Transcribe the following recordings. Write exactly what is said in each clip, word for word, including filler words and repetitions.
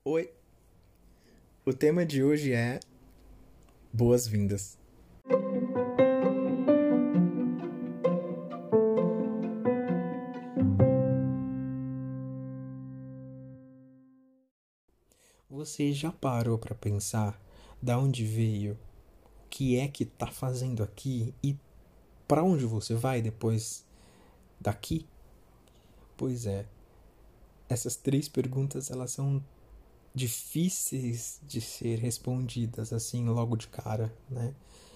Oi, o tema de hoje é boas-vindas. Você já parou para pensar da onde veio, o que é que tá fazendo aqui e para onde você vai depois daqui? Pois é, essas três perguntas elas são difíceis de ser respondidas assim logo de cara, né?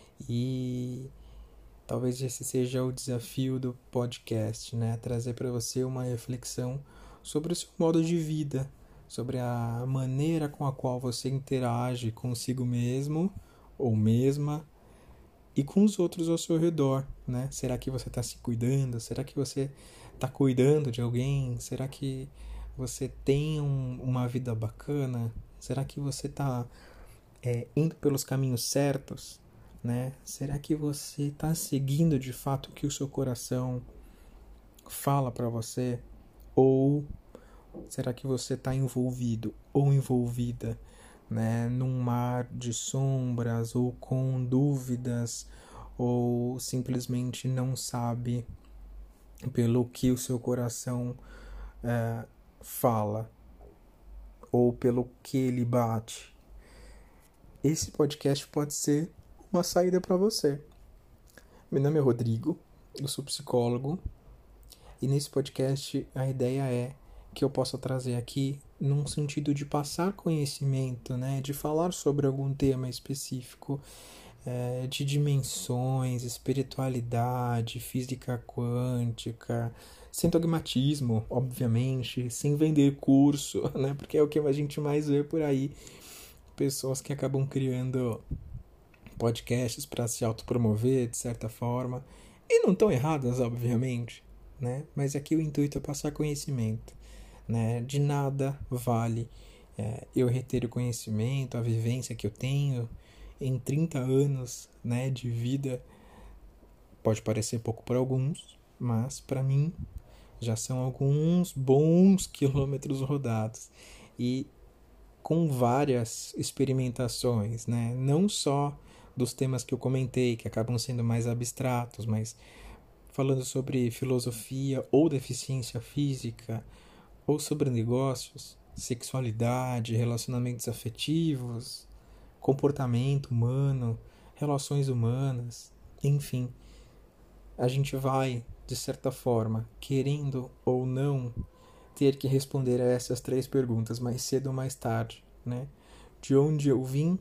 E talvez esse seja o desafio do podcast, né? Trazer para você uma reflexão sobre o seu modo de vida, sobre a maneira com a qual você interage consigo mesmo ou mesma e com os outros ao seu redor, né? Será que você está se cuidando? Será que você está cuidando de alguém? Será que você tem um, uma vida bacana? Será que você está é, indo pelos caminhos certos? Né? Será que você está seguindo de fato o que o seu coração fala para você? Ou será que você está envolvido ou envolvida, né, num mar de sombras ou com dúvidas ou simplesmente não sabe pelo que o seu coração é, fala ou pelo que ele bate? Esse podcast pode ser uma saída para você. Meu nome é Rodrigo, eu sou psicólogo e nesse podcast a ideia é que eu possa trazer aqui num sentido de passar conhecimento, né, de falar sobre algum tema específico, é, de dimensões, espiritualidade, física quântica, sem dogmatismo, obviamente, sem vender curso, né, porque é o que a gente mais vê por aí, pessoas que acabam criando podcasts para se autopromover de certa forma, e não estão erradas, obviamente, né? Mas aqui o intuito é passar conhecimento, né? De nada vale é, eu reter o conhecimento, a vivência que eu tenho em trinta anos, né, de vida. Pode parecer pouco para alguns, mas para mim já são alguns bons quilômetros rodados e com várias experimentações, né? Não só dos temas que eu comentei, que acabam sendo mais abstratos, mas falando sobre filosofia ou deficiência física, ou sobre negócios, sexualidade, relacionamentos afetivos, comportamento humano, relações humanas, enfim. A gente vai, de certa forma, querendo ou não, ter que responder a essas três perguntas mais cedo ou mais tarde, né? De onde eu vim,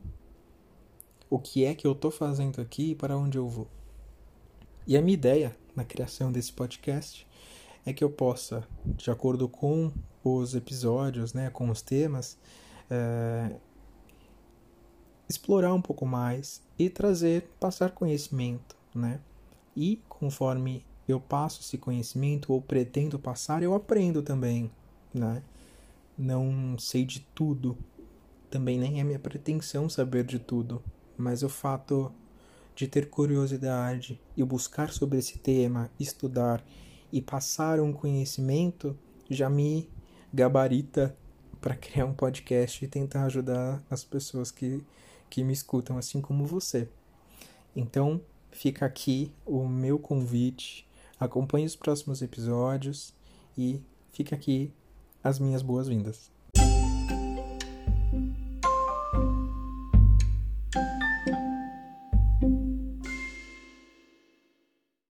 o que é que eu estou fazendo aqui e para onde eu vou. E a minha ideia na criação desse podcast é que eu possa, de acordo com os episódios, né, com os temas, é, explorar um pouco mais e trazer, passar conhecimento, né? E conforme eu passo esse conhecimento ou pretendo passar, eu aprendo também, né? Não sei de tudo, também nem é minha pretensão saber de tudo, mas o fato de ter curiosidade e buscar sobre esse tema, estudar e passar um conhecimento já me gabarita para criar um podcast e tentar ajudar as pessoas que, que me escutam, assim como você. Então, fica aqui o meu convite, acompanhe os próximos episódios e fica aqui as minhas boas-vindas.